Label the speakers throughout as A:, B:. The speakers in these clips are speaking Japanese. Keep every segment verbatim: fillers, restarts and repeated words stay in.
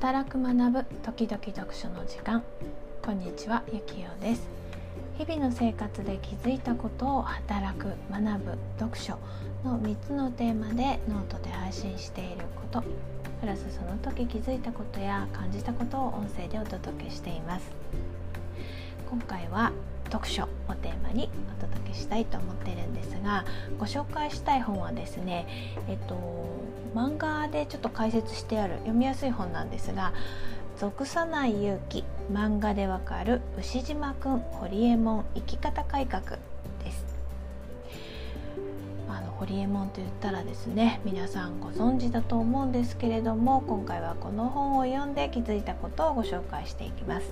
A: 働く学ぶ時々読書の時間。こんにちは、ゆきよです。日々の生活で気づいたことを働く、学ぶ、読書のみっつのテーマでノートで配信していること、プラスその時気づいたことや感じたことを音声でお届けしています。今回は読書をテーマにお届けしたいと思っているんですが、ご紹介したい本はですね、えっと漫画でちょっと解説してある読みやすい本なんですが、属さない勇気、漫画でわかる牛島くんホリエモン生き方改革です。あのホリエモンと言ったらですね、皆さんご存知だと思うんですけれども、今回はこの本を読んで気づいたことをご紹介していきます。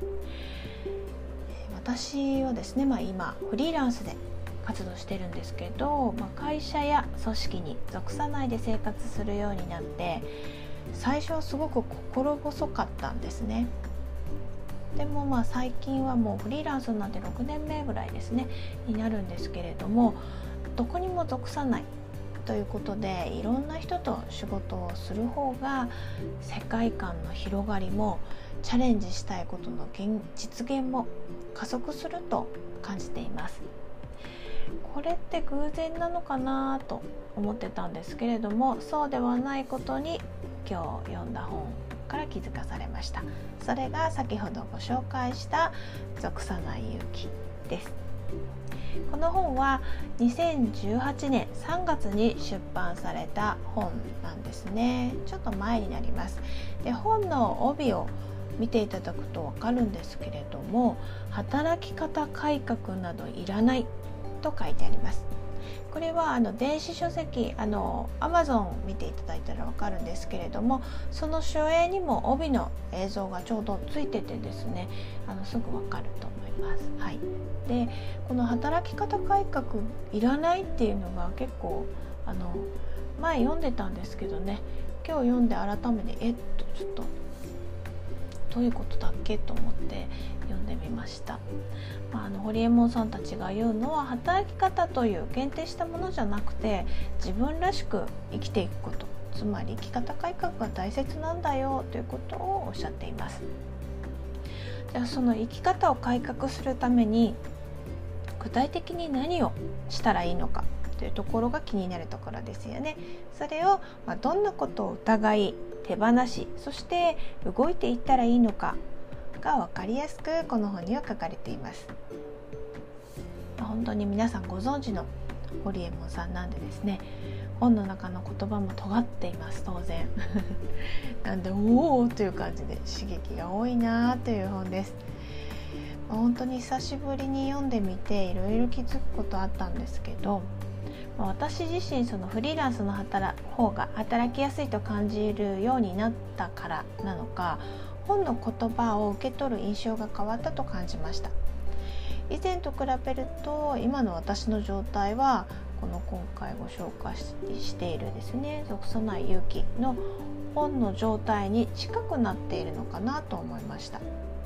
A: 私はですね、まあ、今フリーランスで活動してるんですけど、まあ、会社や組織に属さないで生活するようになって、最初はすごく心細かったんですね。でもまあ最近はもうフリーランスになってろくねんめぐらいですねになるんですけれども、どこにも属さないということで、いろんな人と仕事をする方が世界観の広がりもチャレンジしたいことの実現も加速すると感じています。これって偶然なのかなと思ってたんですけれども、そうではないことに今日読んだ本から気づかされました。それが先ほどご紹介した属さない勇気です。この本はにせんじゅうはちねんさんがつに出版された本なんですね。ちょっと前になります。で、本の帯を見ていただくと分かるんですけれども、働き方改革などいらないと書いてあります。これはあの電子書籍、あの Amazon 見ていただいたら分かるんですけれども、その書影にも帯の映像がちょうどついててですね、あのすぐ分かると思います。はい、でこの働き方改革いらないっていうのが結構あの前読んでたんですけどね、今日読んで改めてえっとちょっとどういうことだっけと思って読んでみました。まあ、あのホリエモンさんたちが言うのは、働き方という限定したものじゃなくて、自分らしく生きていくこと、つまり生き方改革が大切なんだよということをおっしゃっています。じゃあその生き方を改革するために具体的に何をしたらいいのかというところが気になるところですよね。それを、まあ、どんなことを疑い手放し、そして動いていったらいいのかが分かりやすくこの本には書かれています。本当に皆さんご存知のホリエモンさんなんでですね、本の中の言葉も尖っています。当然なんでおーという感じで刺激が多いなという本です。本当に久しぶりに読んでみていろいろ気づくことあったんですけど、私自身そのフリーランスの働方が働きやすいと感じるようになったからなのか、本の言葉を受け取る印象が変わったと感じました。以前と比べると今の私の状態は、この今回ご紹介しているですね、属さない勇気の本の状態に近くなっているのかなと思いました。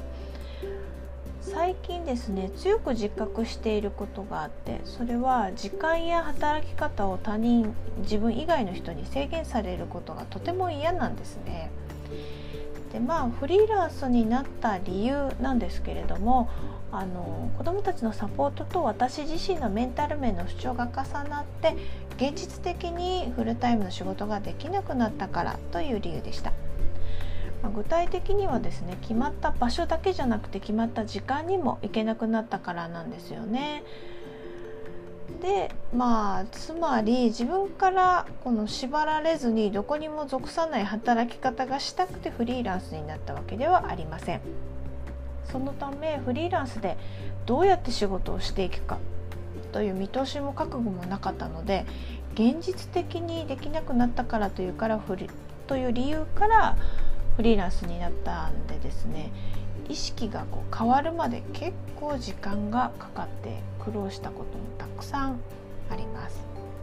A: 最近ですね、強く自覚していることがあって、それは時間や働き方を他人、自分以外の人に制限されることがとても嫌なんですね。でまあフリーランスになった理由なんですけれども、あの子どもたちのサポートと私自身のメンタル面の不調が重なって、現実的にフルタイムの仕事ができなくなったからという理由でした。具体的にはですね、決まった場所だけじゃなくて決まった時間にも行けなくなったからなんですよね。でまあつまり自分からこの縛られずにどこにも属さない働き方がしたくてフリーランスになったわけではありません。そのためフリーランスでどうやって仕事をしていくかという見通しも覚悟もなかったので、現実的にできなくなったからというからフリという理由からフリーランスになったんでですね、意識がこう変わるまで結構時間がかかって苦労したこともたくさんあります。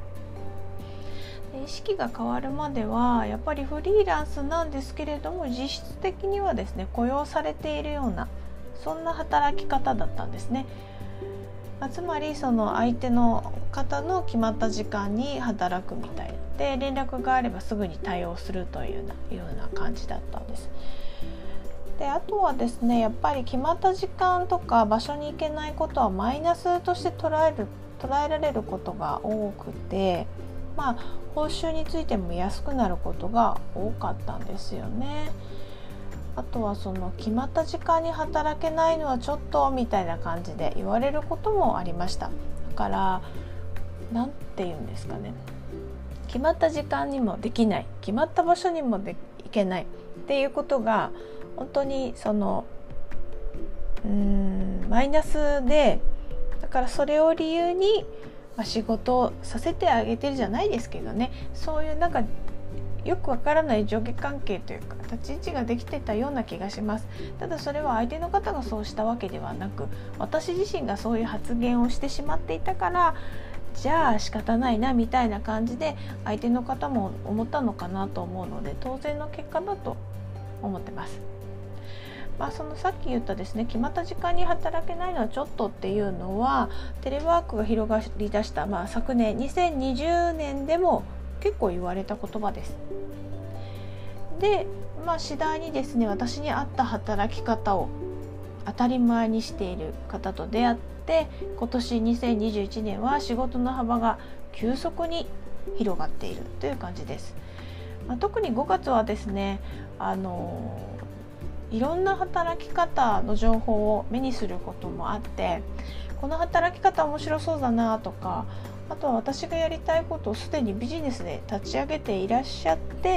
A: で意識が変わるまではやっぱりフリーランスなんですけれども、実質的にはですね雇用されているような、そんな働き方だったんですね。 まあ、つまりその相手の方の決まった時間に働くみたいで、連絡があればすぐに対応するというような、ような感じだったんです。であとはですね、やっぱり決まった時間とか場所に行けないことはマイナスとして捉える捉えられることが多くて、まあ報酬についても安くなることが多かったんですよね。あとはその決まった時間に働けないのはちょっとみたいな感じで言われることもありました。だからなんて言うんですかね、決まった時間にもできない、決まった場所にもで行けないっていうことが本当にそのうーんマイナスで、だからそれを理由に、まあ、仕事をさせてあげてるじゃないですけどね、そういうなんかよくわからない上下関係というか立ち位置ができてたような気がします。ただそれは相手の方がそうしたわけではなく、私自身がそういう発言をしてしまっていたから、じゃあ仕方ないなみたいな感じで相手の方も思ったのかなと思うので、当然の結果だと思ってます。まあ、そのさっき言ったですね、決まった時間に働けないのはちょっとっていうのはテレワークが広がりだした、まあ、昨年にせんにじゅうねんでも結構言われた言葉です。で、まあ、次第にですね、私に合った働き方を当たり前にしている方と出会って、今年にせんにじゅういちねんは仕事の幅が急速に広がっているという感じです。まあ、特にごがつはですね、あのいろんな働き方の情報を目にすることもあって、この働き方面白そうだなとか、あとは私がやりたいことをすでにビジネスで立ち上げていらっしゃって、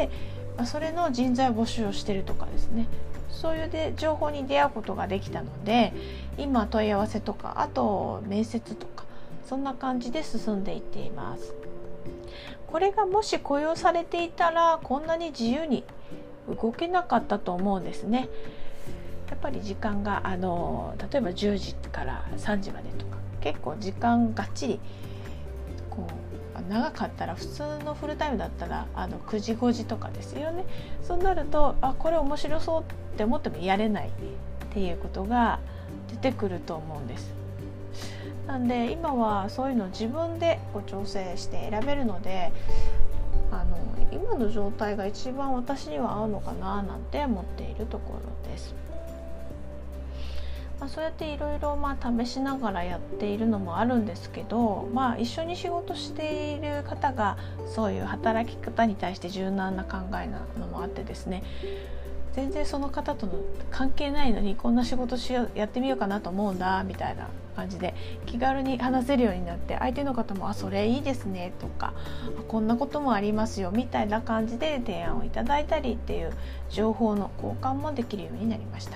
A: それの人材募集をしているとかですね、そういうで情報に出会うことができたので、今問い合わせとか、あと面接とか、そんな感じで進んでいっています。これがもし雇用されていたら、こんなに自由に動けなかったと思うんですね。やっぱり時間があの例えばじゅうじからさんじまでとか、結構時間がっちりこう長かったら、普通のフルタイムだったらあのくじごじとかですよね。そうなると、あこれ面白そうって思ってもやれないっていうことが出てくると思うんです。なんで今はそういうのを自分でこう調整して選べるので、あの今の状態が一番私には合うのかななんて思っているところです。まあ、そうやっていろいろまあ試しながらやっているのもあるんですけど、まあ、一緒に仕事している方がそういう働き方に対して柔軟な考えなのもあってですね、全然その方との関係ないのにこんな仕事しようやってみようかなと思うんだみたいな感じで気軽に話せるようになって、相手の方もあそれいいですねとか、こんなこともありますよみたいな感じで提案をいただいたりっていう情報の交換もできるようになりました。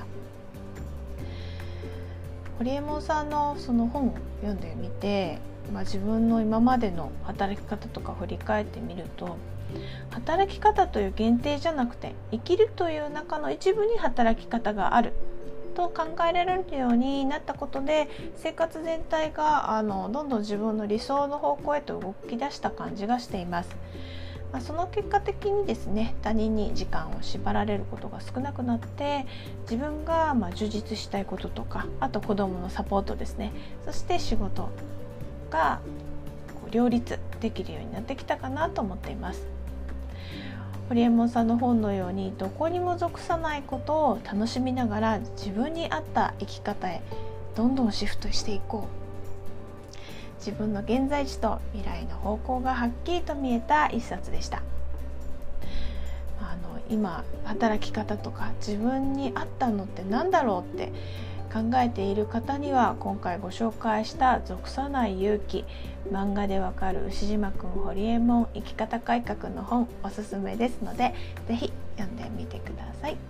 A: 堀江門さんのその本を読んでみて、まあ、自分の今までの働き方とか振り返ってみると、働き方という限定じゃなくて、生きるという中の一部に働き方があると考えられるようになったことで、生活全体があのどんどん自分の理想の方向へと動き出した感じがしています。まあ、その結果的にですね、他人に時間を縛られることが少なくなって、自分がまあ充実したいこととか、あと子どものサポートですね、そして仕事がこう両立できるようになってきたかなと思っています。堀江門さんの本のように、どこにも属さないことを楽しみながら自分に合った生き方へどんどんシフトしていこう。自分の現在地と未来の方向がはっきりと見えた一冊でした。あの今働き方とか自分に合ったのって何だろうって考えている方には、今回ご紹介した属さない勇気、漫画でわかる牛島くん堀江門生き方改革の本、おすすめですので、ぜひ読んでみてください。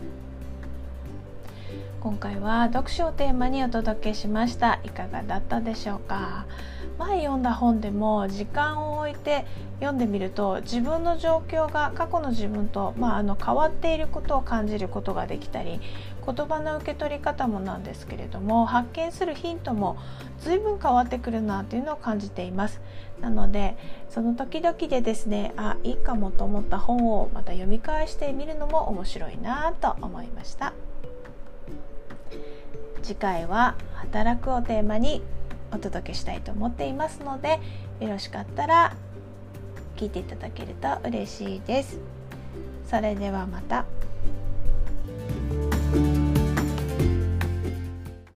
A: 今回は読書をテーマにお届けしました。いかがだったでしょうか。前読んだ本でも時間を置いて読んでみると、自分の状況が過去の自分と、まあ、あの変わっていることを感じることができたり、言葉の受け取り方もなんですけれども、発見するヒントも随分変わってくるなというのを感じています。なのでその時々でですね、あ、いいかもと思った本をまた読み返してみるのも面白いなと思いました。次回は働くをテーマにお届けしたいと思っていますので、よろしかったら聞いていただけると嬉しいです。それではまた。